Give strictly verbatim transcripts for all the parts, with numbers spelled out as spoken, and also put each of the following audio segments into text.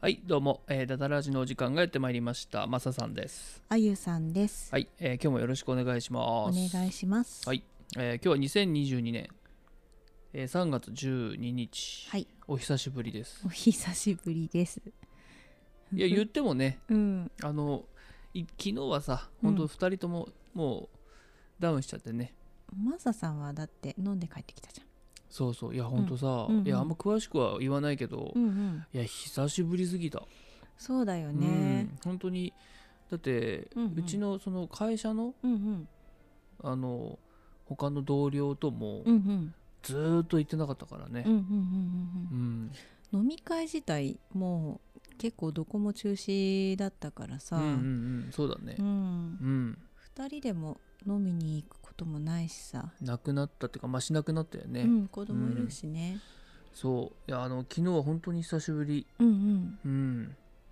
はい、どうも、えー、ダダラジのお時間がやってまいりました。マサさんです。 あゆさんです。 はい、えー、今日もよろしくお願いしまおす。 願いします。 はい、えー、今日はにせんにじゅうにねん、えー、さんがつじゅうににち、 はい、 お久しぶりです。 お久しぶりです。 いや、言ってもね、 うん、 あのい昨日はさ、本当ふたりとももうダウンしちゃってね。 マサさんはだって飲んで帰ってきたじゃん。 そうそう、いや、ほんとさ、 うんうんうん、 いや、あんま詳しくは言わないけど、 うんうん、 いや、久しぶりすぎた。 そうだよね。 うん、本当に、だって、うんうん、うちのその会社の、 うんうん、 あの他の同僚とも、 うんうん、 ずーっと行ってなかったからね。 飲み会自体もう結構どこも中止だったからさ、 うんうんうん、そうだね、 うん、うん、ふたりでも飲みに行くこともないしさ、 なくなったっていうか、まあしなくなったよね、 うん、子供いるしね、うん、 そういや、あの昨日は本当に久しぶり。 うんうんうん、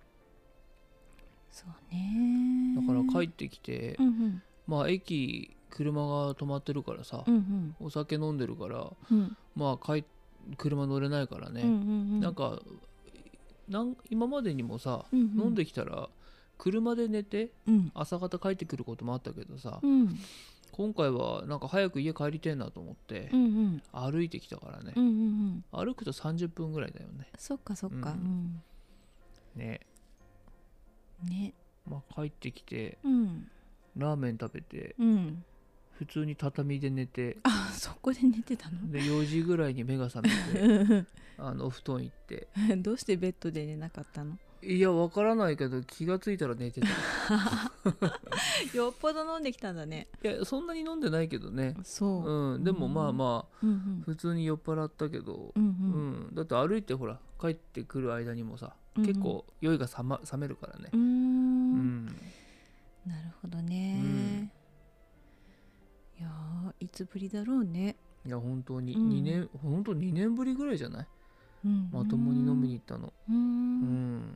そうね。 だから帰ってきて、 うんうん、まあ駅車が止まってるからさ、 うんうん、 お酒飲んでるから、 うん、 まあ帰車乗れないからね、 うんうんうん、 なんかなん今までにもさ、 うんうん、 飲んできたら車で寝て、 うん、 朝方帰ってくることもあったけどさ、 うん、 今回はなんか早く家帰りてえなと思って、うんうん、歩いてきたからね、うんうんうん、歩くとさんじゅっぷんぐらいだよね。 そっかそっか、うん、 ねね、 まあ帰ってきて、 うん、 ラーメン食べて、うん、普通に畳で寝て、 あ、そこで寝てたの？ でよじぐらいに目が覚めてあのお布団行ってどうしてベッドで寝なかったの？ いや、わからないけど気がついたら寝てたよっぽど飲んできたんだね。 いや、そんなに飲んでないけどね。 そう、 うん、でもまあまあ、 うんうん、 普通に酔っ払ったけど、 うんうんうん、だって歩いてほら帰ってくる間にもさ、うんうん、結構酔いがさ、ま、冷めるからね。 うーん、うん、なるほどね、うん、いやいつぶりだろうね。 いや本当ににねん、うん、本当にねんぶりぐらいじゃない、うん、まともに飲みに行ったの。 うん、うん、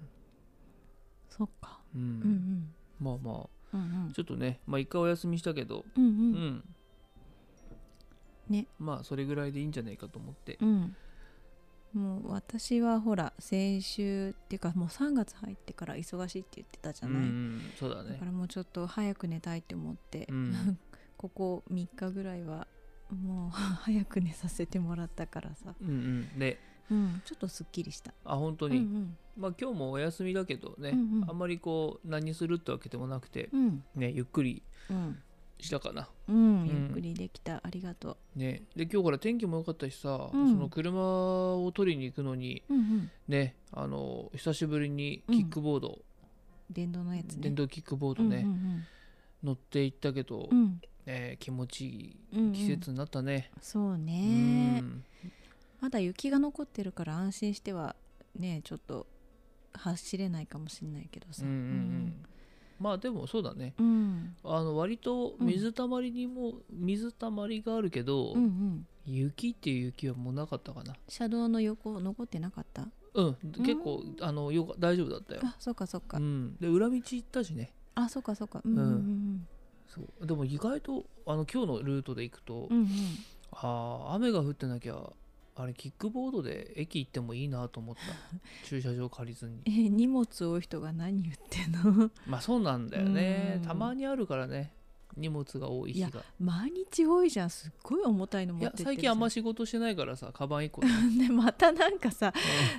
そっか、 うん、うんうん、まあまあ、うんうん、ちょっとね、まあ一回お休みしたけど、 うんうん、うんね、 まあそれぐらいでいいんじゃないかと思って、 うん、もう私はほら先週っていうかもうさんがつ入ってから忙しいって言ってたじゃない、うんうん、 そうだね。 だからもうちょっと早く寝たいって思って、うん、ここみっかぐらいはもう早く寝させてもらったからさ、 うんうんね、 うん、ちょっとすっきりした。 あ、本当に、うんうん、まあ今日もお休みだけどね、うんうん、あんまりこう何するってわけでもなくて、うん、ね、ゆっくりしたかな、 うんうん、ゆっくりできた、ありがとう、ね、で今日から天気も良かったしさ、うん、その車を取りに行くのに、うんうん、ね、あの久しぶりにキックボード、うん、 電動のやつね、 電動キックボードね、うんうんうん、乗って行ったけど、うん、えー、気持ちいい季節になったね、 うんうん、そうね、うん、まだ雪が残ってるから安心してはねちょっと走れないかもしれないけどさ、うんうんうん、 まあでもそうだね、 うん、 あの割と水たまりにも、うん、水たまりがあるけど、うんうん、雪っていう雪はもうなかったかな。 車道の横残ってなかった？ うん、結構、うん、あのよ大丈夫だったよ。 あ、そっかそっか、 うん、で裏道行ったしね。 あ、そっかそっか、うんうんうん、 そうでも意外とあの今日のルートで行くと、 うんうん、 あ、雨が降ってなきゃあれキックボードで駅行ってもいいなと思った駐車場借りずに。 え、荷物多い人が何言ってんの？ まあそうなんだよね、たまにあるからね、荷物が多い日が。いや毎日多いじゃん、すっごい重たいの持ってってる。 いや最近あんま仕事してないからさ、カバンいっこでまたなんかさ、うん、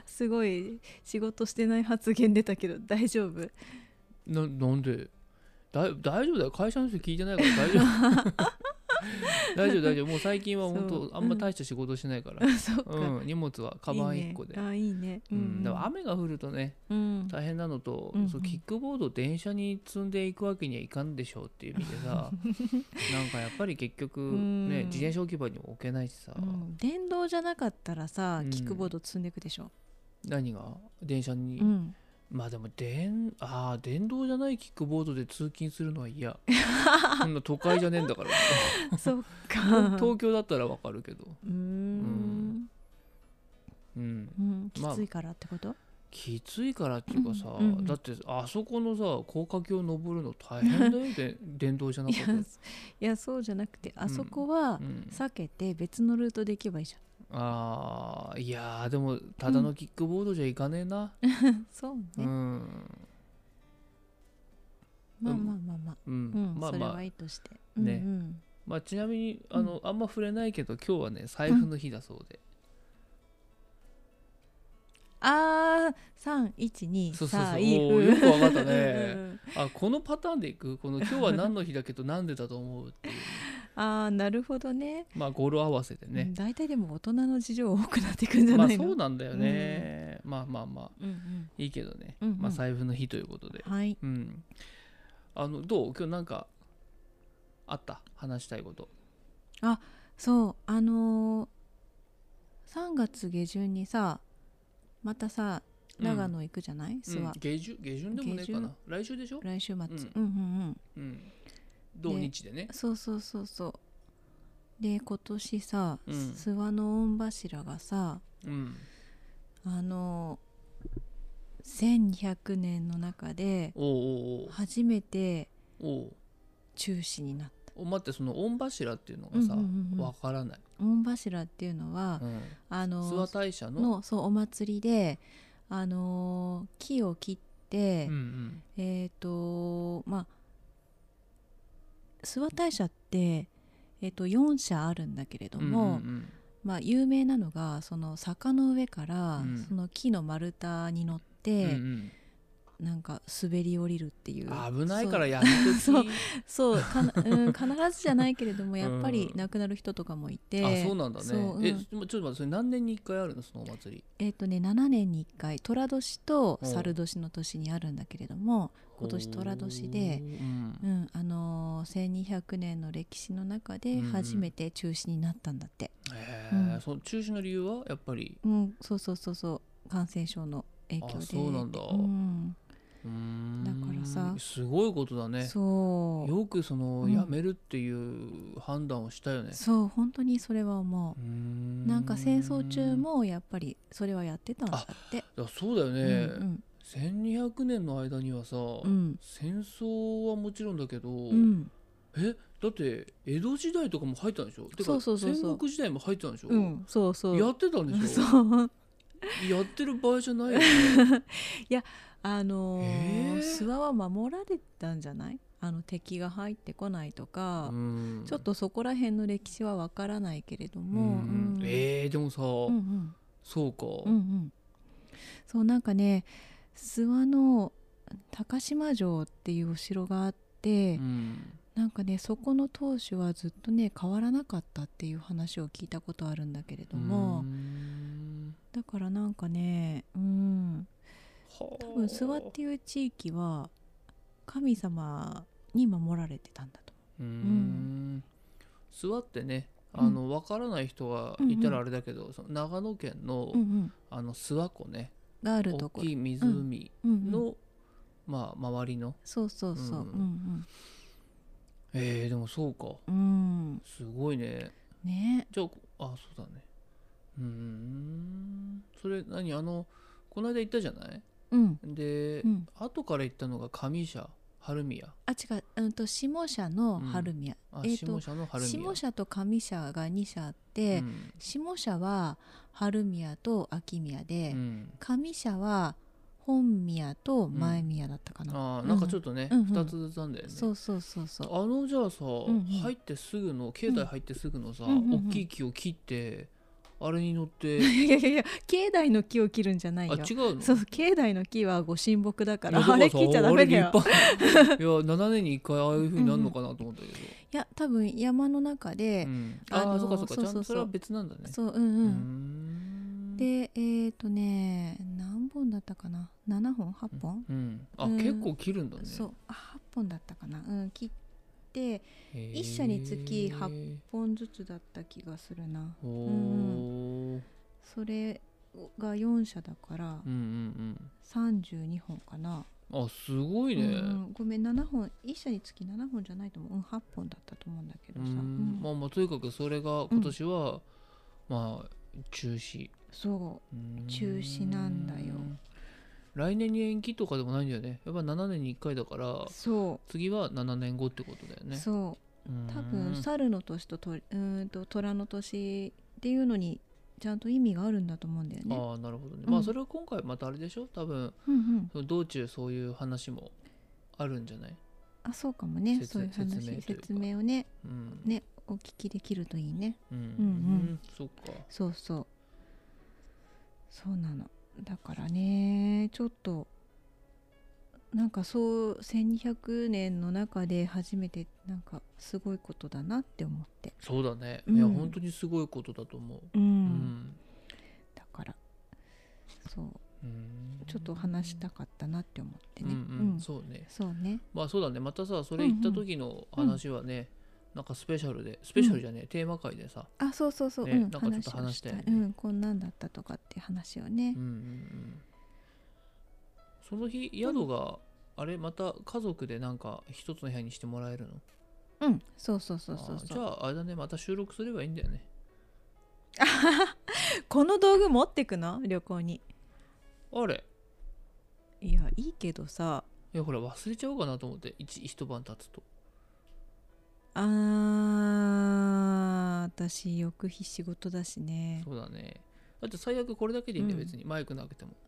すごい仕事してない発言出たけど大丈夫？ な, なんでだ大丈夫だよ、会社の人聞いてないから大丈夫大丈夫大丈夫、もう最近は本当あんま大した仕事してないから、うんうん、荷物はカバンいっこで。いいね、 あ、いいね、 うんうん、でも雨が降るとね、うん、大変なのと、うんうん、そうキックボードを電車に積んでいくわけにはいかんでしょうっていう意味でさなんかやっぱり結局、ね、自転車置き場にも置けないしさ、うん、 電動じゃなかったらさ、キックボード積んでいくでしょ。 何が電車に、うん、まあでも電あ電動じゃないキックボードで通勤するのは嫌そんな都会じゃねえんだからそっか東京だったらわかるけど、 うーん、うんうんうん、きついからってこと、まあ、 きついからっていうかさ、うんうんうん、だってあそこのさ高架橋登るの大変だよで電動じゃなかったら。いや、いやそうじゃなくて、あそこは避けて別のルートで行けばいいじゃん、 あーいやーでもただのキックボードじゃいかねえな、 そうね、 うん、 まあまあまあまあ、 うんうんまあまあそれはいいとしてね、 うんうんまあ、ちなみにあの、あんま触れないけど今日はね財布の日だそうで、 あーさんいちにそうそうそう、 財布おーよくわかったうんうねんあこのパターンでいくこの今日は何の日だけどなんでだと思うっていう、ね、 ああなるほどね、 まあ語呂合わせでね、 うん大体でも大人の事情多くなっていくんじゃまあないの、 そうなんだよね、まあまあまあうんうんいいけどね、 うんうんまあ財布の日ということで、 はいうんあのどう今日なんかあった話したいこと。 そうあのー、さんがつ下旬にさまたさ長野行くじゃない、諏訪、 うん、下旬下旬でもねえかな来週でしょ、 来週末、うん、 うんうんうんうん土日でね、 そうそうそうそうで今年さ、 うん諏訪の御柱がさうんあのせんにひゃくねんの中でおうおうおう初めておう中止になった。 お待ってその御柱っていうのがさ、 うんうんうんうんわからない、 御柱っていうのは、 うん、 あの諏訪大社ののそうお祭りで、あのー木を切って、 うんうんえっ、とまあ諏訪大社って、えー、とよん社あるんだけれども、 うんうんまあ、有名なのがその坂の上から、 うんその木の丸太に乗っうんて、 うんなんか滑り降りるっていううん危ないからやめときそうそうかな、うん、必ずじゃないけれどもやっぱりうん亡くなる人とかもいて、 あそうなんだね、 そううんえちょっと待ってそれ何年にいっかいあるのそのお祭り。 えっ、とねななねんにいっかい寅年と申年の年にあるんだけれども今年寅年で、 ほううんうんあのーせんにひゃくねんの歴史の中で初めて中止になったんだって、 へえ、 うんその中止の理由はやっぱりうん、そうそうそうそう感染症の影響であそうなんだうんうーんだからさすごいことだね。 そうよくその、 うんやめるっていう判断をしたよね。 そう本当にそれは思うーうんなんか戦争中もやっぱりそれはやってたんだってだそうだよね、 うんせんにひゃくねんの間にはさ、 うん戦争はもちろんだけど、 うんえだって江戸時代とかも入ったんでしょ。てかそうそうそうそう戦国時代も入ってたんでしょ、 うんそうそうやってたんでしょ。 そうやってる場合じゃないよねあのーえー諏訪は守られたんじゃないあの敵が入ってこないとか、 うんちょっとそこら辺の歴史はわからないけれどうも、 んうんえー、でもさ、 うんうんそうか、 うんうんそうなんかね諏訪の高島城っていうお城があって、 うんなんかねそこの当主はずっとね変わらなかったっていう話を聞いたことあるんだけれども、 うーんだからなんかねうんはあ多分諏訪っていう地域は神様に守られてたんだとうーうんん諏訪ってねあの分からない人がいたらあれだけど、その長野県の、 思う、うんうん、 あの諏訪湖ねがあるとこ大きい湖うんうんの、まあ周りのそうそうそう、 ううんんえー、でもそうかうんうんすごいね。 ねじゃああそうだねうーんそれ何あのこの間行ったじゃないうんで、 うん後から行ったのが上社春宮あ違う、うん、と下社の春宮、 あ、 えーと下社の春宮下社と上社がに社あって、 うん下社は春宮と秋宮で、 うん上社は本宮と前宮だったかな、 あーなんかちょっとね、 うんうんふたつずつなんだよね。 そうそうそうそうあのじゃあさ、 んうん入ってすぐの境内入ってすぐのさ、 うんうんうん大きい木を切ってあれに乗っていやいやいや境内の木を切るんじゃないあよ違うのそう境内の木はご神木だからいやあれ切っちゃダメだよあれ立派いやななねんにいっかいああいう風になるのかなと思ったけど、 いや多分山の中で、 うん、 あのーああそうかそうかそうそうそうちゃんとそれは別なんだね。 そううんううん、 んでえっ、ー、とね何本だったかなななほんはっぽん、 うん、あ、 うん結構切るんだね。 そうあはっぽんだったかな、うん、切ってへー一社につきはっぽんずつだった気がするな。 おうんーそれがよん社だからうんうんさんじゅうにほんかな、 うんあすごいね。 うんうん、ごめんななほんいっ社につきななほんじゃないと思う、うん、はっぽんだったと思うんだけどさ、 うんうんまあまあとにかくそれが今年は、まあ中止そううん中止なんだよ。 来年に延期とかでもないんだよね。やっぱななねんにいっかいだからそ次はななねんごってことだよう、 ね。 そう多分うん猿の年ととうーんと虎の年っていうのにちゃんと意味があるんだと思うんだよね。 ああなるほどね、 うん、 まあそれは今回またあれでしょ多分、うんうん、その道中そういう話もあるんじゃない？ あそうかもね、そういう話説明、説明をね、うん、ねお聞きできるといいね。うんうん、うん、 そっか。 そうそうそうなの。だからねちょっとなんかそうせんにひゃくねんの中で初めてなんかすごいことだなって思って。 そうだね、うん、いや本当にすごいことだと思う、うんうん、 だからそう、うん、ちょっと話したかったなって思ってね、うんうんうん、 そうねそうね、 まあそうだね、またさそれ言った時の話はね、うんうん、なんかスペシャルでスペシャルじゃねえ、うん、テーマ会でさあそうそうそう、 ね、うん、なんかちょっと話したよね、 うん、こんなんだったとかって話をね、うんうんうん、 その日宿が、うん、あれまた家族でなんか一つの部屋にしてもらえるの？ うんそうそうそうそうそう。 じゃああれだね、また収録すればいいんだよね。 この道具持ってくの旅行に？ あれいやいいけどさ、 いやほら忘れちゃおうかなと思って 一, 一晩経つと。 あー私翌日仕事だしね。 そうだね、だって最悪これだけでいいんだよ、うん、別にマイクなくても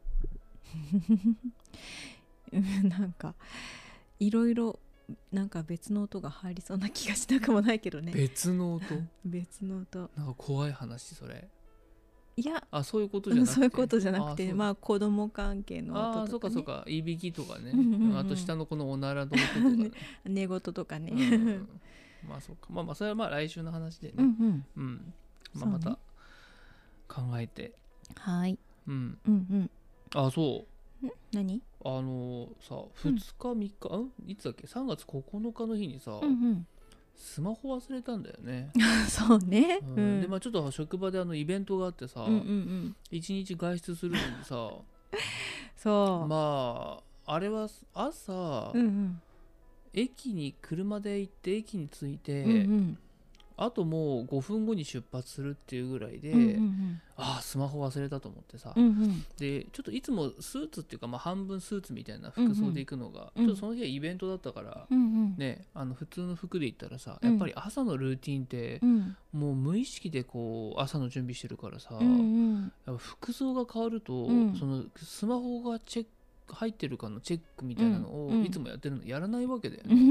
なんかいろいろなんか別の音が入りそうな気がしなくもないけどね。 別の音別の音なんか怖い話それ。 いやあそういうことじゃなくて、 そういうことじゃなくて、あまあ子供関係の音とか、ね、 あそうかそうか、いびきとかね、うんうんうん、あと下のこのおならの音とかね寝言とかね、うん、 まあそうか、まあまあそれはまあ来週の話でね、 うんうんうん、まあ、また考えて、 はい、 うん、 うんうんあそう何あのさふつかみっか、うん、いつだっけさんがつここのかの日にさ、 うんうん、 スマホ忘れたんだよねそうね、 うん、でまあちょっと職場であのイベントがあってさ、うんうんうん、いちにち外出するのにさそうまああれは朝、うんうん、駅に車で行って駅に着いて、うんうん、あともうごふんごに出発するっていうぐらいで、うんうんうん、ああスマホ忘れたと思ってさ、うんうん、でちょっといつもスーツっていうか、まあ、半分スーツみたいな服装で行くのが、うんうん、ちょっとその日はイベントだったから、うんうんね、あの普通の服で行ったらさ、うん、やっぱり朝のルーティンって、うん、もう無意識でこう朝の準備してるからさ、うんうん、やっぱ服装が変わると、うん、そのスマホがチェック入ってるかのチェックみたいなのをいつもやってるのやらないわけだよね、うん、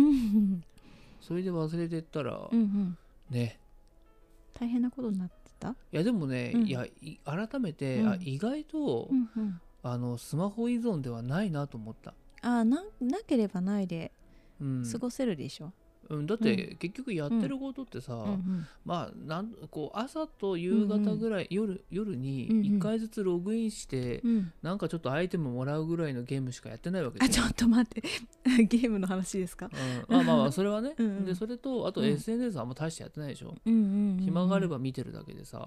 それで忘れてったら、うんうんね、 大変なことになってた？いやでもね、うん、いや改めて、うん、あ意外と、うんうん、あのスマホ依存ではないなと思った。 あ な, なければないで過ごせるでしょ、 うん、だって結局やってることってさ、うんうん、まあなんこう朝と夕方ぐらい、うんうん、夜, 夜にいっかいずつログインして、うんうん、なんかちょっとアイテムもらうぐらいのゲームしかやってないわけですよ。 あちょっと待ってゲームの話ですか？ うん、まあまあまあそれはねうん、うん、でそれとあと エスエヌエス はあんま大してやってないでしょ、うんうんうんうん、暇があれば見てるだけでさ、うん、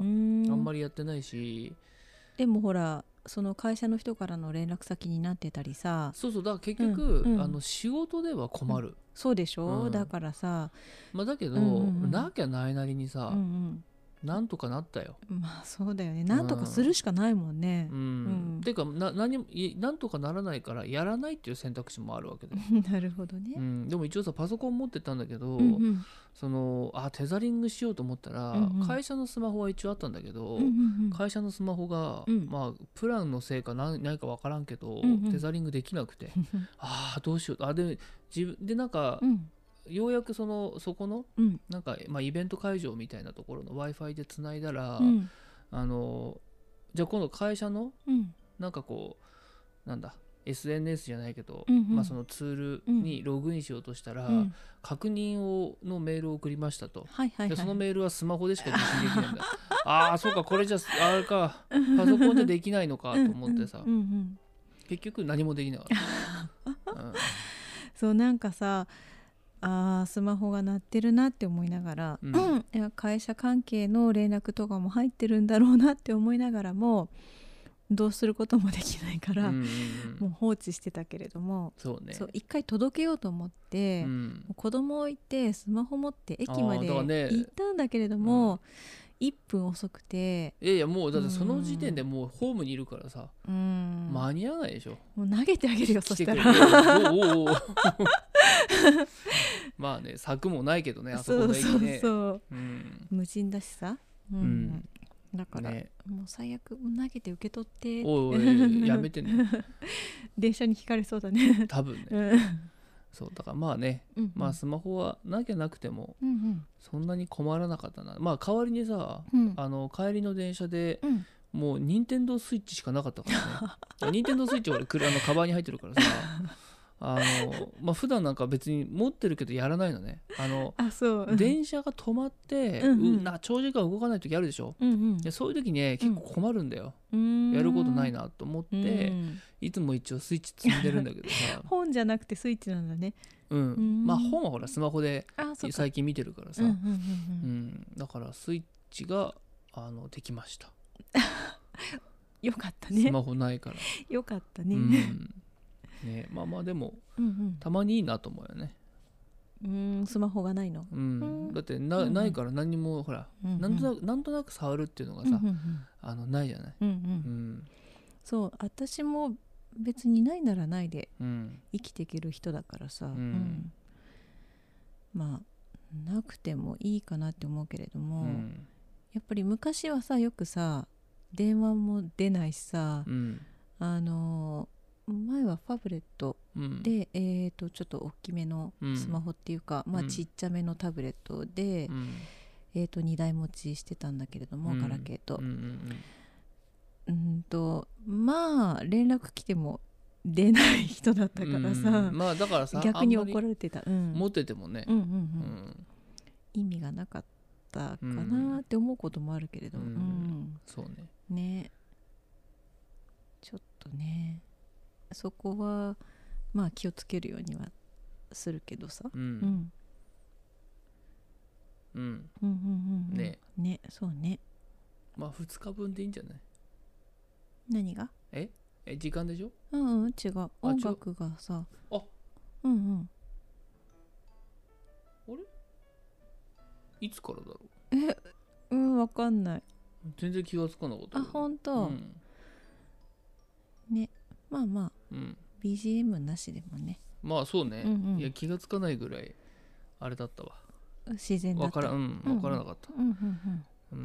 あんまりやってないし。 でもほらその会社の人からの連絡先になってたりさ。 そうそうだから結局、うんうん、あの仕事では困る、うん、 そうでしょ、うん、だからさ、 まあ、だけど、うんうんうん、なきゃないなりにさ、うんうん、なんとかなったよ。 まあそうだよね、なんとかするしかないもんね、 うんうん、ていうかな何もなんとかならないからやらないっていう選択肢もあるわけでなるほどね、 うん、でも一応さパソコン持ってたんだけど、うんうん、そのあテザリングしようと思ったら、うんうん、会社のスマホは一応あったんだけど、うんうんうん、会社のスマホが、うん、まあプランのせいか何ないか分からんけど、うんうん、テザリングできなくてああどうしようあで自分でなんか、うんようやくそのそこの、うん、なんか、まあ、イベント会場みたいなところの Wi-Fi でつないだら、うん、あのじゃあ今度会社の、うん、なんかこうなんだ エスエヌエス じゃないけど、うんうんまあ、そのツールにログインしようとしたら、うん、確認をのメールを送りましたと、はいはいはい、でそのメールはスマホでしか受信できないんだああそうかこれじゃあれかパソコンでできないのかと思ってさ、うんうんうん、結局何もできなかった、うん、 そうなんかさあスマホが鳴ってるなって思いながら、うん、いや会社関係の連絡とかも入ってるんだろうなって思いながらもどうすることもできないから、うんうんうん、もう放置してたけれどもそうねそう一回届けようと思って、うん、もう子供を置いてスマホ持って駅まで行ったんだけれども、いっぷん遅くていやいやもうだってその時点でもうホームにいるからさ、うん、間に合わないでしょ。 もう投げてあげるよそしたらおおおまあね柵もないけどねあそこの駅ねそうそうそう、うん、無人だしさ、うんうん、 だから、ね、もう最悪投げて受け取っておいおいやめてね電車にひかれそうだね多分ね、うん、そうだからまあね、うんうん、まあスマホはなきゃなくてもそんなに困らなかったな、まあ代わりにさ、うん、あの帰りの電車で、うん、もう任天堂スイッチしかなかったからね任天堂スイッチ俺あのカバンに入ってるからさあのまあ普段なんか別に持ってるけどやらないのね。あのあそう、うん、 電車が止まって、うんうん、な長時間動かない時あるでしょ、うんうん、でそういう時ね結構困るんだよ、うん、やることないなと思って、うん、いつも一応スイッチ積んでるんだけどさ本じゃなくてスイッチなんだね。 うん、うん、まあ本はほらスマホで最近見てるからさ、うんうんうんうん、だからスイッチがあのできましたよかったね。 スマホないからよかったね、 うんね、まあまあでも、うんうん、たまにいいなと思うよね。 うんスマホがないの、 うん、だって な,、うんうん、ないから何にもほら、うんうん、なんとなく、なんとなく触るっていうのがさ、うんうんうん、あのないじゃない、うんうんうん、 そう私も別にないならないで生きていける人だからさ、うんうん、まあなくてもいいかなって思うけれども、うん、やっぱり昔はさよくさ電話も出ないしさ、うん、あの前はファブレットで、うん、えー、とちょっと大きめのスマホっていうか、うんまあ、ちっちゃめのタブレットで、うんえー、とにだい持ちしてたんだけれども、うん、ガラケーと、うんうんうん、うんとまあ連絡来ても出ない人だったからさ、うんまあ、だからさ逆に怒られてた、うん、 持っててもね、 うんうんうんうん、意味がなかったかなって思うこともあるけれど、うんうん、 そうねねちょっとねそこはまあ気をつけるようにはするけどさ、うん、うんうんうんうんうんねねそうねまあふつかぶんでいいんじゃない？ 何が？ ええ時間でしょ？ うんうん違う音楽がさあうんうんあれいつからだろう？えうんわかんない全然気がつかなかったあ本当、うん、ねまあまあ、うん、ビージーエム なしでもねまあそうね、うんうん、いや気がつかないぐらいあれだったわ自然だったわから、うん、分からなかった、うんうんうんうん、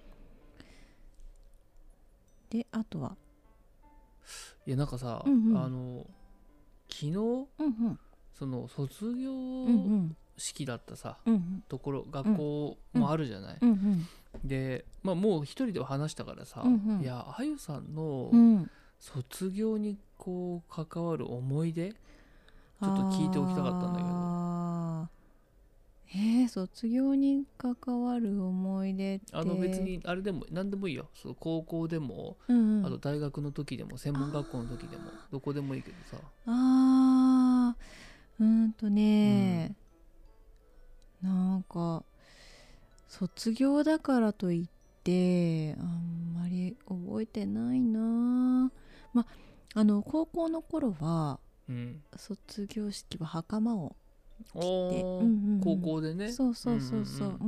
であとはいやなんかさ、うんうん、あの昨日、うんうん、その卒業式だったさ、うんうん、ところ学校もあるじゃない、うんうん、で、まあ、もう一人では話したからさ、うんうん、いやあゆさんの卒業にこう関わる思い出ちょっと聞いておきたかったんだけど。 あえー、卒業に関わる思い出ってあの別にあれでも何でもいいよそう高校でも、うんうん、あと大学の時でも専門学校の時でもどこでもいいけどさあーうんとね、うん、なんか卒業だからといってあんまり覚えてないなまあの高校の頃は、うん、卒業式は袴を着て、うんうんうん、 高校でねそうそうそうそう、うんうん、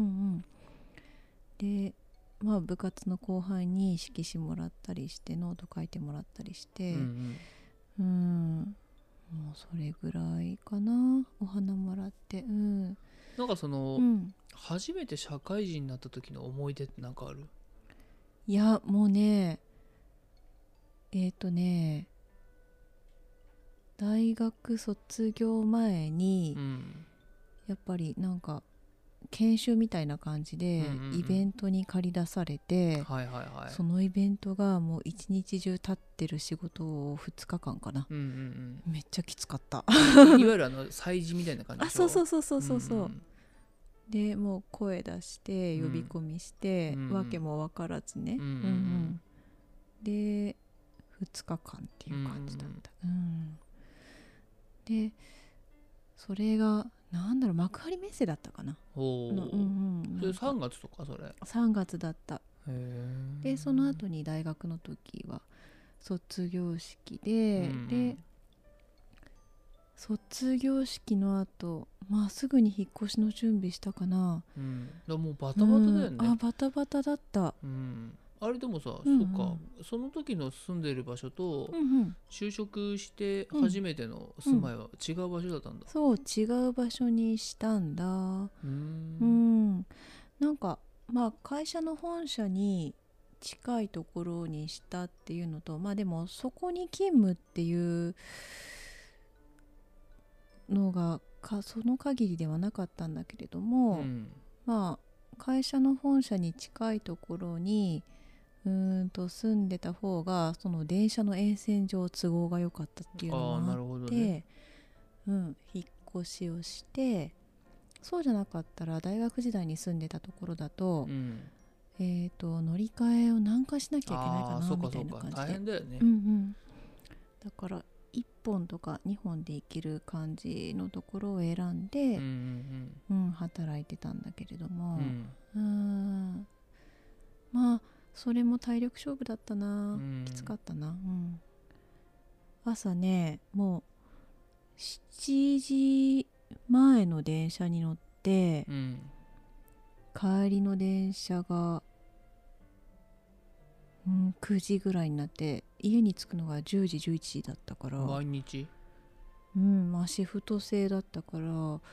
でまあ部活の後輩に色紙もらったりしてノート書いてもらったりして、うんうん、うんもうそれぐらいかなお花もらって、うん、 なんかその、うん、初めて社会人になった時の思い出ってなんかある？ いやもうねえっとね大学卒業前に、うん、やっぱりなんか研修みたいな感じでイベントに駆り出されて、はいはいはい、そのイベントがもう一日中立ってる仕事をふつかかんかな、うんうんうん、めっちゃきつかったいわゆるあの催事みたいな感じでしょ？ あそうそうそうそうそう、うんうん、でもう声出して呼び込みして、うん、わけも分からずね、うんうんうん、でふつかかんっていう感じだった、うんうんでそれがなんだろう幕張メッセだったかなおの、うんうん、 それさんがつとかそれさんがつだったへでその後に大学の時は卒業式で、うん、で卒業式の後まあすぐに引っ越しの準備したかな、うん、 だもうバタバタだよね、 うん、あバタバタだった、 うんあれでもさ、うんうん、そうかその時の住んでる場所と、うんうん、就職して初めての住まいは違う場所だったんだ、 うんうん、そう違う場所にしたんだうんうんなんかまあ会社の本社に近いところにしたっていうのと、まあでもそこに勤務っていうのがかその限りではなかったんだけれども、 うん、 まあ会社の本社に近いところにうーんと住んでた方がその電車の沿線上都合が良かったっていうのああ、 もあっなるほどて、 ね。 うん、引っ越しをして、そうじゃなかったら大学時代に住んでたところだと、 うん、 えーと乗り換えを何かしなきゃいけないかああ、そうなみたかそうか、大いな感じで、 変だよね。 うんうん、だからいっぽんとかにほんで行ける感じのところを選んで、 うんうんうん、働いてたんだけれどうんうも、 んうーん、まあそれも体力勝負だったな、 うん、 きつかったな、うん、朝ねもうしちじまえの電車に乗ってうん、 帰りの電車が、うん、くじぐらいになって家に着くのがじゅうじじゅういちじだったから、 毎日。 うんまあシフト制だったから、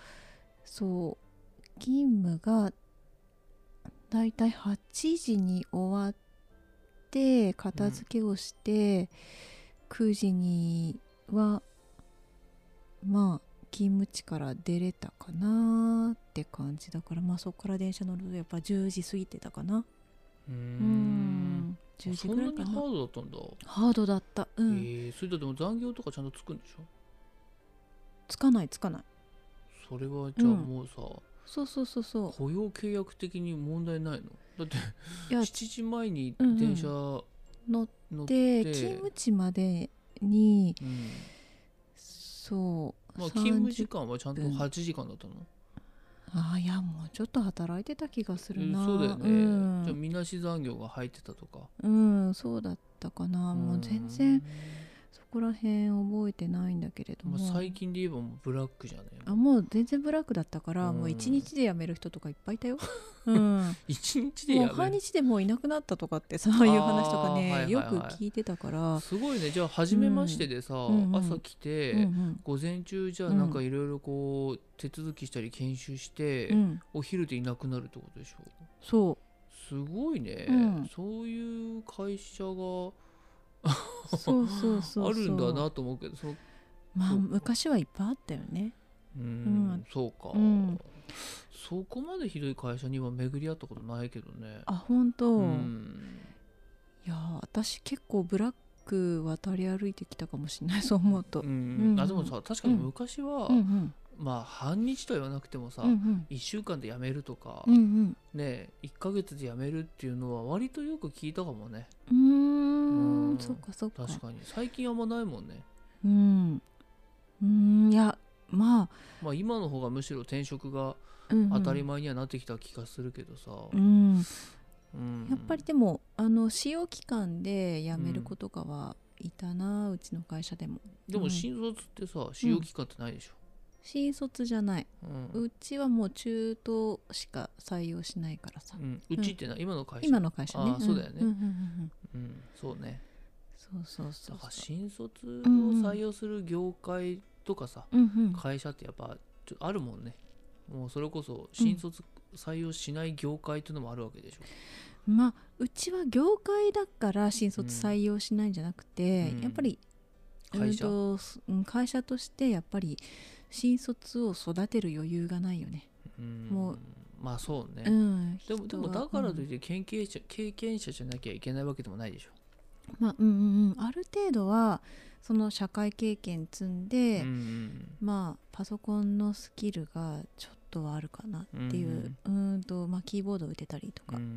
そう勤務がだいたいはちじに終わって片付けをして、うん、くじにはまあ勤務地から出れたかなって感じだから、まあそこから電車乗るとやっぱじゅうじ過ぎてたかな。 うーん、 うんじゅうじぐらいかな。 そんなにハードだったんだ。 ハードだった。うん、 えー、それだっても残業とかちゃんとつくんでしょ。 つかないつかない。 それはじゃあもうさ、うん、 そうそうそうそう、 雇用契約的に問題ないの？だっていやしちじまえに電車乗っ乗って、 て勤務地までに、 うん、 そうまあ勤務時間はちゃんとはちじかんだったの？ ああいやもうちょっと働いてた気がするな、 うん、そうだよね、うん、じゃあみなし残業が入ってたとか。 うんそうだったかな、もう全然そこら辺覚えてないんだけれども、 まあ、最近で言えばもうブラックじゃねえ。 あもう全然ブラックだったから、うん、もう一日で辞める人とかいっぱいいたよ。うん、 一日で辞める、 もう半日でもういなくなったとかってそういう話とかね、はいはいはい、よく聞いてたから。 すごいね。じゃあ初めましてでさ、うん、朝来て、うんうん、午前中じゃあなんかいろいろこう手続きしたり研修して、うん、お昼でいなくなるってことでしょ。 そうすごいね、うん、そういう会社がそうそうそうあるんだなと思うけど、そのまあ昔はいっぱいあったよね。 うん、うん、そうか、うん、そこまでひどい会社には巡り合ったことないけどね。 あ本当、うん、いや私結構ブラック渡り歩いてきたかもしれないそう思うと、うんうん、あでもさ確かに昔は、うんうん、まあ半日とは言わなくてもさ、うんうん、いっしゅうかんで辞めるとか、うんうん、ねいっかげつで辞めるっていうのは割とよく聞いたかもね。 うーん、うん、そっかそっか。 確かに最近あんまないもんね。 うんうんいやまあまあ今の方がむしろ転職が当たり前にはなってきた気がするけどさ、 うんうん、やっぱりでもあの使用期間で辞める子とかはいたな、うん、うちの会社でも。 でも新卒ってさ、うん、使用期間ってないでしょ。 新卒じゃない、うん、うちはもう中途しか採用しないからさ、 うん、うちってな、うん、今の会社今の会社ね。 あそうだよね、うんうんうんうん、そうね。そうそうそう。だから新卒を採用する業界とかさ、うんうん、会社ってやっぱちょあるもんね。もうそれこそ新卒採用しない業界っていうのもあるわけでしょ。 うん、まあうちは業界だから新卒採用しないんじゃなくて、うん、やっぱり会社、うん、会社としてやっぱり新卒を育てる余裕がないよね。うん、もうまあそうね、うん、でもでもだからといって経験者、うん、経験者じゃなきゃいけないわけでもないでしょ。 まあうんうんうん、ある程度はその社会経験積んで、うんうん、まあパソコンのスキルがちょっとはあるかなっていう、うん、うんとまあキーボードを打てたりとか、うん、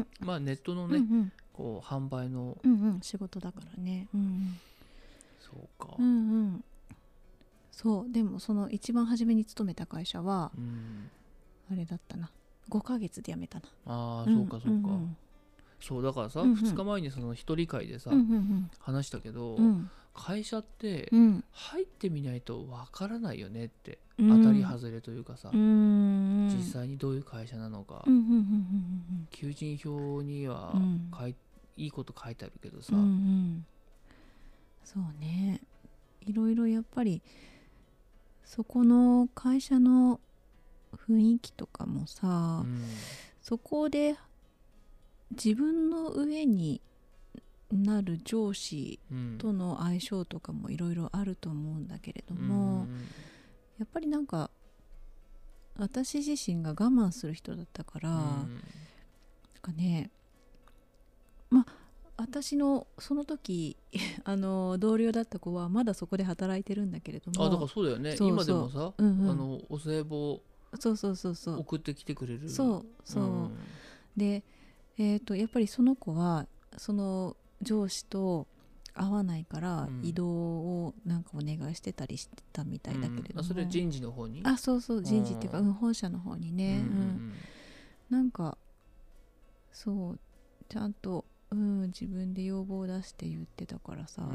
まあネットのね、うんうん、こう販売の、 うんうん、仕事だからね、うんうん、 そうか、 うんうん、そうでもその一番初めに勤めた会社は、うん、あれだったなごかげつで辞めたな。 ああ、そうかそうか、うんうん、そうだからさ、うんうん、ふつかまえにその一人会でさ、うんうんうん、話したけど、うん、会社って入ってみないとわからないよねって、うん、当たり外れというかさ、うん、実際にどういう会社なのか、うんうんうんうん、求人票には書い、うん、いいこと書いてあるけどさ、うんうん、 そうね、いろいろやっぱりそこの会社の雰囲気とかもさ、うん、そこで自分の上になる上司との相性とかもいろいろあると思うんだけれども、うん、やっぱりなんか私自身が我慢する人だったから、うん、なんかね、まあ私のその時あの同僚だった子はまだそこで働いてるんだけれども、 あだからそうだよね。そうそう今でもさ、うんうん、あのお歳暮そうそうそうそう送ってきてくれる。 そうそう、うん、で、えーと、やっぱりその子はその上司と合わないから移動をなんかお願いしてたりしてたみたいだけれども、うん、 あそれ人事の方にあそうそう人事っていうか、うん、本社の方にね、うんうんうん、なんかそうちゃんと、うん、自分で要望を出して言ってたからさ、うんうん、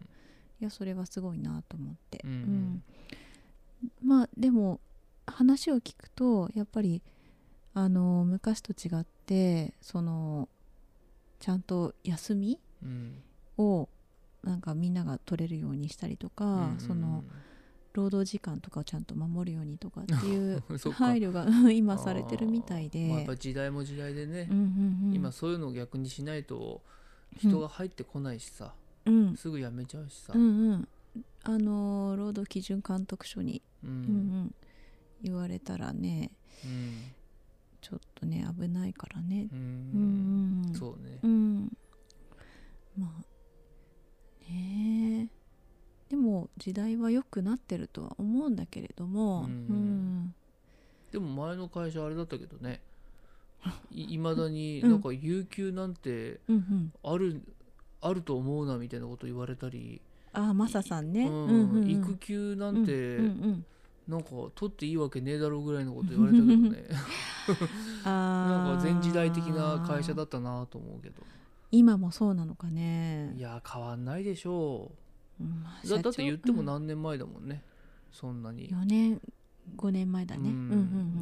いやそれはすごいなと思って、うんうん、まあでも話を聞くとやっぱりあの昔と違ってそのちゃんと休みをなんかみんなが取れるようにしたりとか、うんうん、その労働時間とかをちゃんと守るようにとかっていう配慮が今されてるみたいで、 まあ、やっぱ時代も時代でね、うんうんうん、今そういうのを逆にしないと人が入ってこないしさ、うん、すぐ辞めちゃうしさ、 うんうん、あの労働基準監督署に、うんうんうん、言われたらね、うん、ちょっとね危ないからね、うんうんうん、そうね、 うん、まあねでも時代は良くなってるとは思うんだけれども、うんうん、 でも前の会社あれだったけどねいまだになんか有給なんてある、うんうん、あると思うなみたいなこと言われたり、 あマサさんね、 うんうんうん、育休なんて、うんうんうんなんか取っていいわけねえだろうぐらいのこと言われたけどねなんか前時代的な会社だったなと思うけど今もそうなのかね。 いや変わんないでしょう、うんまあ、だ, だって言っても何年前だもんね、うん、そんなによねんごねんまえだね、うんうんうん、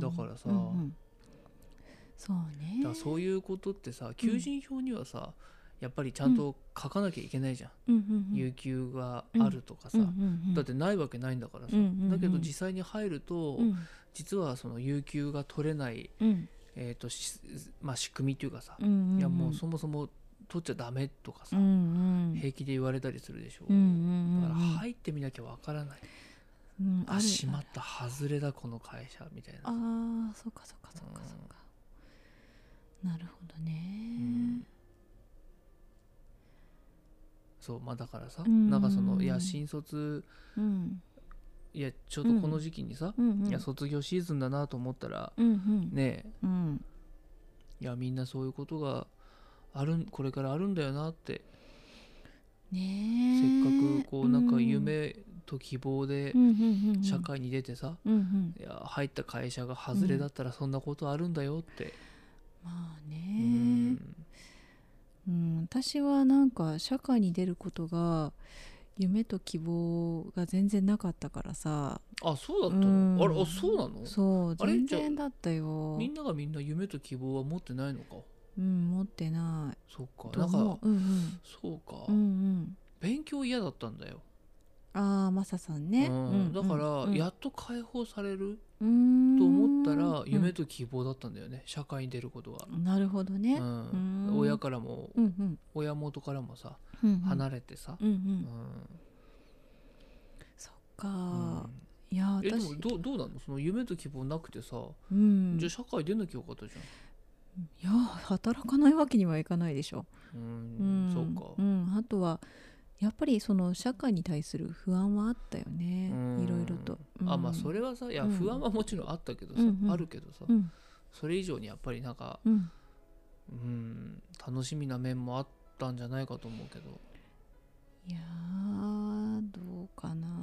だからさ、うんうん、 そうねだからそういうことってさ求人票にはさ、うんやっぱりちゃんと書かなきゃいけないじゃん、うんうんうん、有給があるとかさ、うんうんうん、だってないわけないんだからさ、うんうんうん、だけど実際に入ると、うん、実はその有給が取れない、うんえーとまあ、仕組みっていうかさ、うんうんうん、いやもうそもそも取っちゃダメとかさ、うんうん、平気で言われたりするでしょ、うんうんうん、だから入ってみなきゃわからない、うん、あしまった外れだこの会社みたいな。 あそうかそうかそうかそうか、うん、なるほどね、うんそうまあ、だからさ、うん、なんかそのいや新卒、うん、いやちょうどこの時期にさ、うんうん、いや卒業シーズンだなと思ったら、うんうん、ねえ、うん、いやみんなそういうことがあるこれからあるんだよなって、ね、せっかくこうなんか夢と希望で社会に出てさ、うんうん、いや入った会社が外れだったらそんなことあるんだよって、 うん、まあね、うんうん、私はなんか社会に出ることが夢と希望が全然なかったからさ。 あそうだったの、うん、あれあそうなの。 そう全然だったよ。 みんながみんな夢と希望は持ってないのか。 うん持ってない。 そうかなんか、うんうん、そうか、うんうん、勉強嫌だったんだよ。 ああマサさんね、うん、 だから、うん、やっと解放されると思ったら夢と希望だったんだよね、うん、社会に出ることが。 なるほどね、 うん、親からも、うんうん、親元からもさ、うんうん、離れてさ、うんうんうん、 そっか、うん、いやえ私でも ど, どうなのその夢と希望なくてさ、うん、じゃあ社会出なきゃよかったじゃん。 いや働かないわけにはいかないでしょ。 うん、うん、そうか、 うん、あとはやっぱりその社会に対する不安はあったよね、いろいろと、 うん、あまあそれはさいや不安はもちろんあったけどさ、うんうん、あるけどさ、うん、それ以上にやっぱりなんか、うんうん、楽しみな面もあったんじゃないかと思うけど。 いやーどうかな、うん、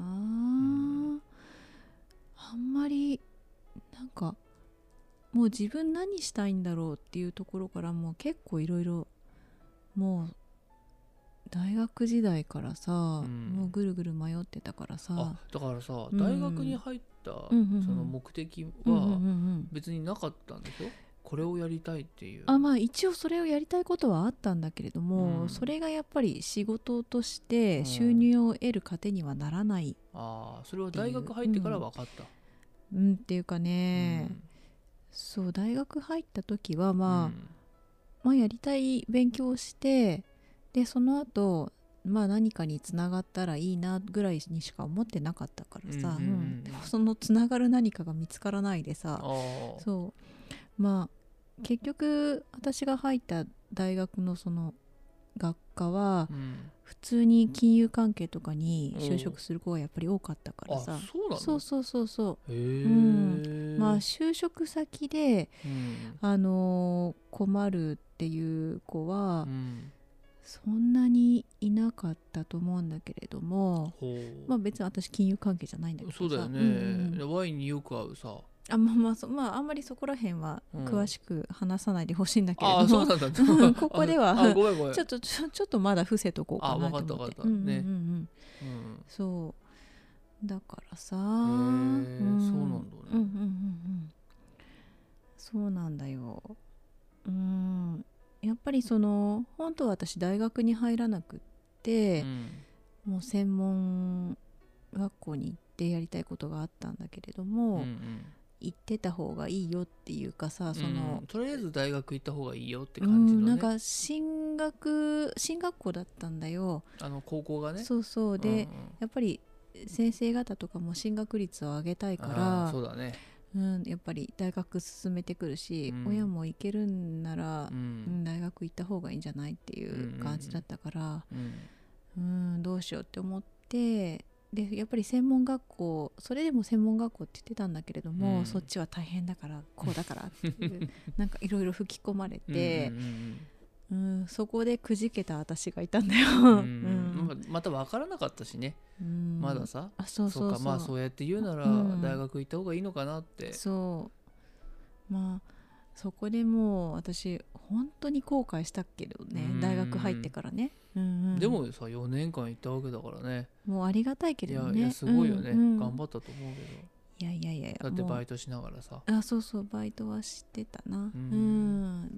あんまりなんかもう自分何したいんだろうっていうところからもう結構いろいろもう大学時代からさ、うん、もうぐるぐる迷ってたからさ。 あだからさ、うん、大学に入った、うんうんうん、その目的は別になかったんでしょ、うんうんうん、これをやりたいっていう。 あまあ一応それをやりたいことはあったんだけれども、うん、それがやっぱり仕事として収入を得る糧にはならない、うん、 あそれは大学入ってから分かった、 うん、うん、っていうかね、うん、そう大学入った時はまあ、 まあ、やりたい勉強をして、でその後まあ何かにつながったらいいなぐらいにしか思ってなかったからさ、うんうんうんうん、そのつながる何かが見つからないでさ、そうまあ結局私が入った大学のその学科は、うん、普通に金融関係とかに就職する子がやっぱり多かったからさ、 そうなの？ そうそうそうそう、 へー、 うん、まあ就職先で、うん、あのー、困るっていう子は、うん、そんなにいなかったと思うんだけれども、まあ別に私金融関係じゃないんだけどさ。 そうだよね、うんうん、ワインによく合うさあ、まあまあ、そまああんまりそこら辺は詳しく話さないでほしいんだけれども、うん、あ、 そうなんだここではあ、ごめんごめん、 ちょっとちょ、ちょっとまだ伏せとこうかなと思って。あ、分かった分かったね、うんうんうん、そうだからさ、へー、 うん、そうなんだね、 うんうんうんうん、そうなんだよ。うん、やっぱりその本当は私大学に入らなくって、うん、もう専門学校に行ってやりたいことがあったんだけれども、うんうん、行ってた方がいいよっていうかさ、その、 うん、とりあえず大学行った方がいいよって感じのね、うん、 なんか進学進学校だったんだよ、 あの高校がね。 そうそうで、うんうん、やっぱり先生方とかも進学率を上げたいから、 そうだね、 うん、やっぱり大学進めてくるし、うん、親も行けるんなら、うん、大学行った方がいいんじゃないっていう感じだったから、うんうん、どうしようって思って、でやっぱり専門学校、それでも専門学校って言ってたんだけれども、うん、そっちは大変だからこうだからっていうなんかいろいろ吹き込まれて、うんうんうんうん、そこでくじけた私がいたんだよ、うんうん、 また分からなかったしね、うん、まださ、 あ、そうそうそう、 そうか、まあそうやって言うなら大学行った方がいいのかなって、うん、 そうまあそこでもう私本当に後悔したけどね、大学入ってからね、うんうん、 でもさよねんかん行ったわけだからね、 もうありがたいけれどね、 いやいやすごいよね、うんうん、頑張ったと思うけど、 いやいやいや、 だってバイトしながらさ、 あ、そうそう、バイトはしてたな、うん、うん、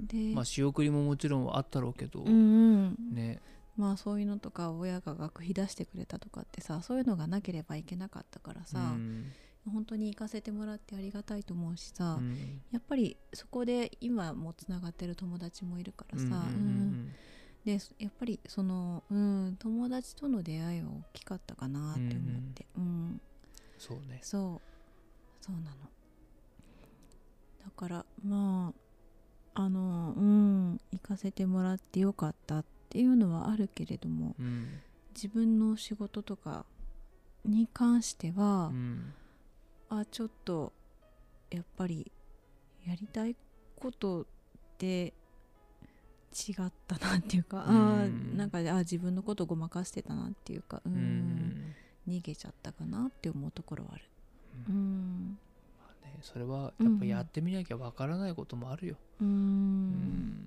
でまあ仕送りももちろんあったろうけど、 うんうん、 ね、 まあそういうのとか親が学費出してくれたとかってさ、そういうのがなければいけなかったからさ、うん、本当に行かせてもらってありがたいと思うしさ、うん、やっぱりそこで今もつながってる友達もいるからさ、うんうんうんうん、でやっぱりその、うん、友達との出会いは大きかったかなって思って、うん、うん、 そうね、 そうそうなの。だからまああのうん行かせてもらってよかったっていうのはあるけれども、うん、自分の仕事とかに関しては、うん、あちょっとやっぱりやりたいことって違ったなっていうか、うん、あなんかあ自分のことごまかしてたなっていうか、うん、うん、逃げちゃったかなって思うところはある、うんうんまあね、それはやっぱやってみなきゃわからないこともあるよ、うん、うん、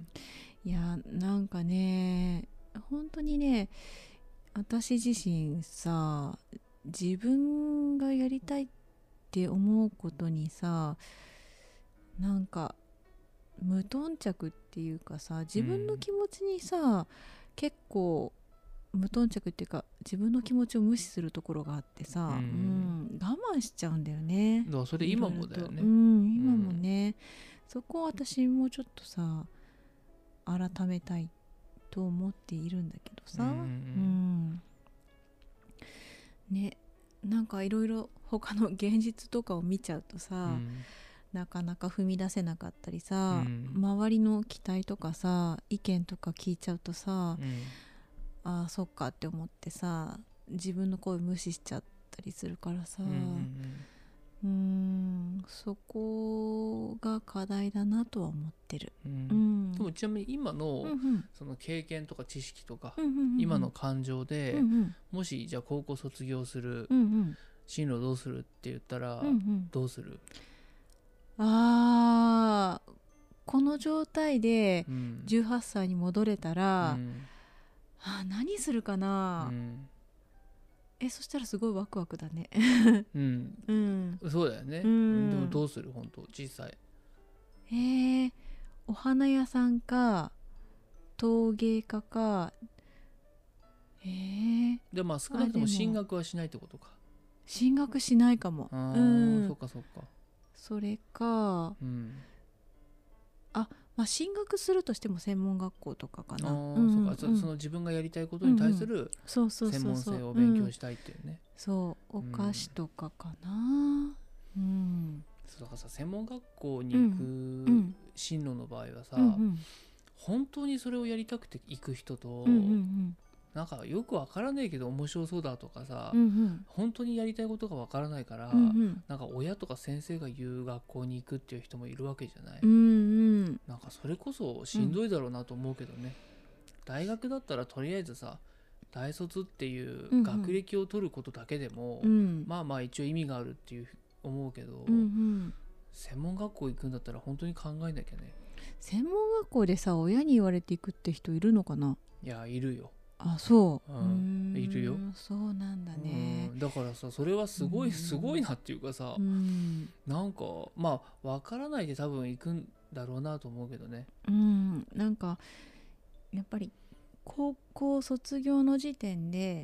いやなんかね本当にね私自身さ自分がやりたいって思うことにさなんか無頓着っていうかさ自分の気持ちにさ、うん、結構無頓着っていうか自分の気持ちを無視するところがあってさ、うんうん、我慢しちゃうんだよね。 だからそれ今もだよね、 うん、今もね、うん、そこを私もうちょっとさ改めたいと思っているんだけどさ、うんうんね、なんかいろいろ他の現実とかを見ちゃうとさ、うんなかなか踏み出せなかったりさ、うん、周りの期待とかさ意見とか聞いちゃうとさ、うん、ああそっかって思ってさ自分の声無視しちゃったりするからさ、うんうんうん、うーんそこが課題だなとは思ってる、うんうん、 でもちなみに今の、うんうん、その経験とか知識とか、うんうんうんうん、今の感情で、うんうん、もしじゃあ高校卒業する、うんうん、進路どうするって言ったら、うんうん、どうする？ あーこの状態でじゅうはっさいに戻れたら、うん、あ何するかな、うん、えそしたらすごいワクワクだねうん、うん、そうだよね、うん、でもどうする本当小さいえー、お花屋さんか陶芸家かえー、 でもまあ少なくとも進学はしないってことか。 進学しないかも。 あ、うん、そっかそっか。 それか、うん、あまあ、進学するとしても専門学校とかかな。 あ、うん、そうか、うん、その自分がやりたいことに対する専門性を勉強したいっていうね。 そうお菓子とかかな。うん、 そうだからさ、専門学校に行く進路の場合はさ、うんうん、本当にそれをやりたくて行く人と、うんうんうん、なんかよくわからないけど面白そうだとかさ、うんうん、本当にやりたいことがわからないから、うんうん、なんか親とか先生が言う学校に行くっていう人もいるわけじゃない、うんうん、なんかそれこそしんどいだろうなと思うけどね、うん、大学だったらとりあえずさ大卒っていう学歴を取ることだけでも、うんうん、まあまあ一応意味があるっていう思うけど、うんうん、専門学校行くんだったら本当に考えなきゃね。 専門学校でさ親に言われていくって人いるのかな。 いやいるよ。 あ、そう、 うん、いるよ。 そうなんだね。 だからさそれはすごいすごいなっていうかさ、うん、なんかまあ分からないで多分行くんだろうなと思うけどね。 うん、なんかやっぱり高校卒業の時点で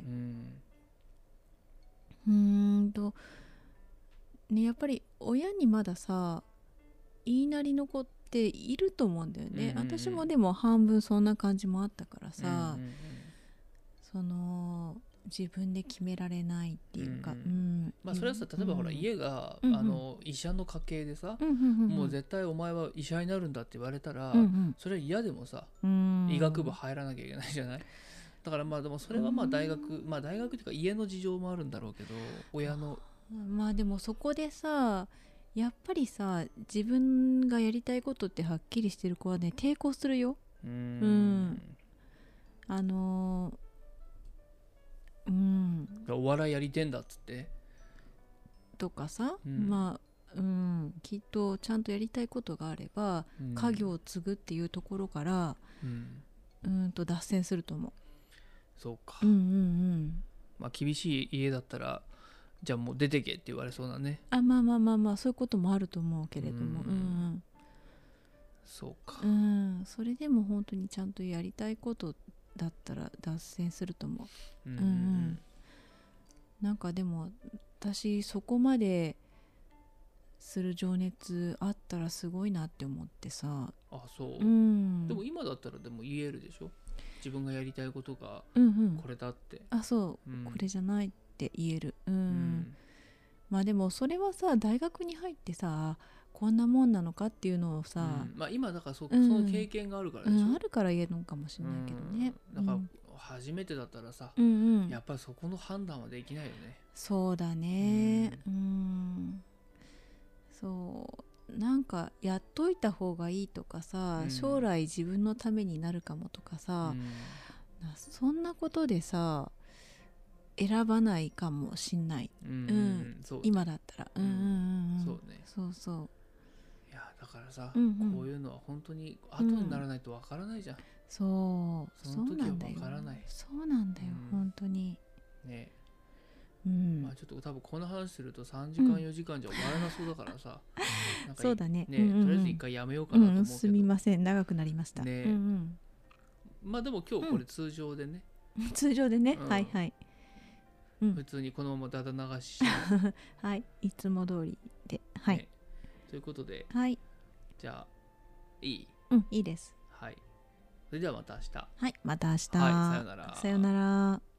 うん、うーんとね、やっぱり親にまださ言いなりの子っていると思うんだよね、うんうんうん、私もでも半分そんな感じもあったからさ、うんうんうん、その自分で決められないっていうか、うんうんうん、 まあそれはさ例えばほら、うん、家が、うんうん、あの医者の家系でさ、うんうんうんうん、もう絶対お前は医者になるんだって言われたら、うんうん、それは嫌でもさ、うん、医学部入らなきゃいけないじゃない。だからまあでもそれはまあ大学、うん、まあ大学っていうか家の事情もあるんだろうけど親のまあでもそこでさやっぱりさ自分がやりたいことってはっきりしてる子はね抵抗するよ。うん、うん、あのー、うんお笑いやりてんだっつってとかさ、うん、まあうんきっとちゃんとやりたいことがあれば、うん、家業を継ぐっていうところから、うん、うんと脱線すると思う。 そうか、 うんうんうん、 まあ厳しい家だったらじゃあもう出てけって言われそうだね。 あ、まあまあまあまあそういうこともあると思うけれども、うん、うん、 そうか、 うん、それでも本当にちゃんとやりたいことだったら脱線すると思う。うんうんうん、なんかでも私そこまでする情熱あったらすごいなって思ってさ。 あ、そう、うん、でも今だったらでも言えるでしょ、自分がやりたいことがこれだって、 うんうん、あ、そう、うん、これじゃないって言える、うんうん、まあでもそれはさ大学に入ってさこんなもんなのかっていうのをさ、 うん、まあ今だから そ,、うん、その経験があるからでしょ、 うん、あるから言えるのかもしれないけどね、 うん、だから初めてだったらさ、うんうん、やっぱりそこの判断はできないよね。 そうだね、うん、うん、そうなんかやっといた方がいいとかさ、うん、将来自分のためになるかもとかさ、うん、そんなことでさ選ばないかもしんない、うんうんそうね、今だったら、うんうんうん、そうね、そうそう、 いやだからさ、うんうん、こういうのは本当に後にならないとわからないじゃん、うん、 そうその時はわからない。 そうなんだよ、うん、本当にね、 うん、まあちょっと多分この話するとさんじかんよじかんじゃ終わらなそうだからさ、 うん、なんかそうだね、ね、 うんうん、とりあえず一回やめようかなと思うけど、うん、 すみません長くなりましたね、うんうん、 まあでも今日これ通常でね、 うん、通常でね、うん、はいはい、 うん、普通にこのままだだ流しはいいつも通りで、はい、 ね、ということで、 はい、 じゃあいい、 うんいいです、 はい、それではまた明日、 はいまた明日、 はい、さよなら、 さよなら。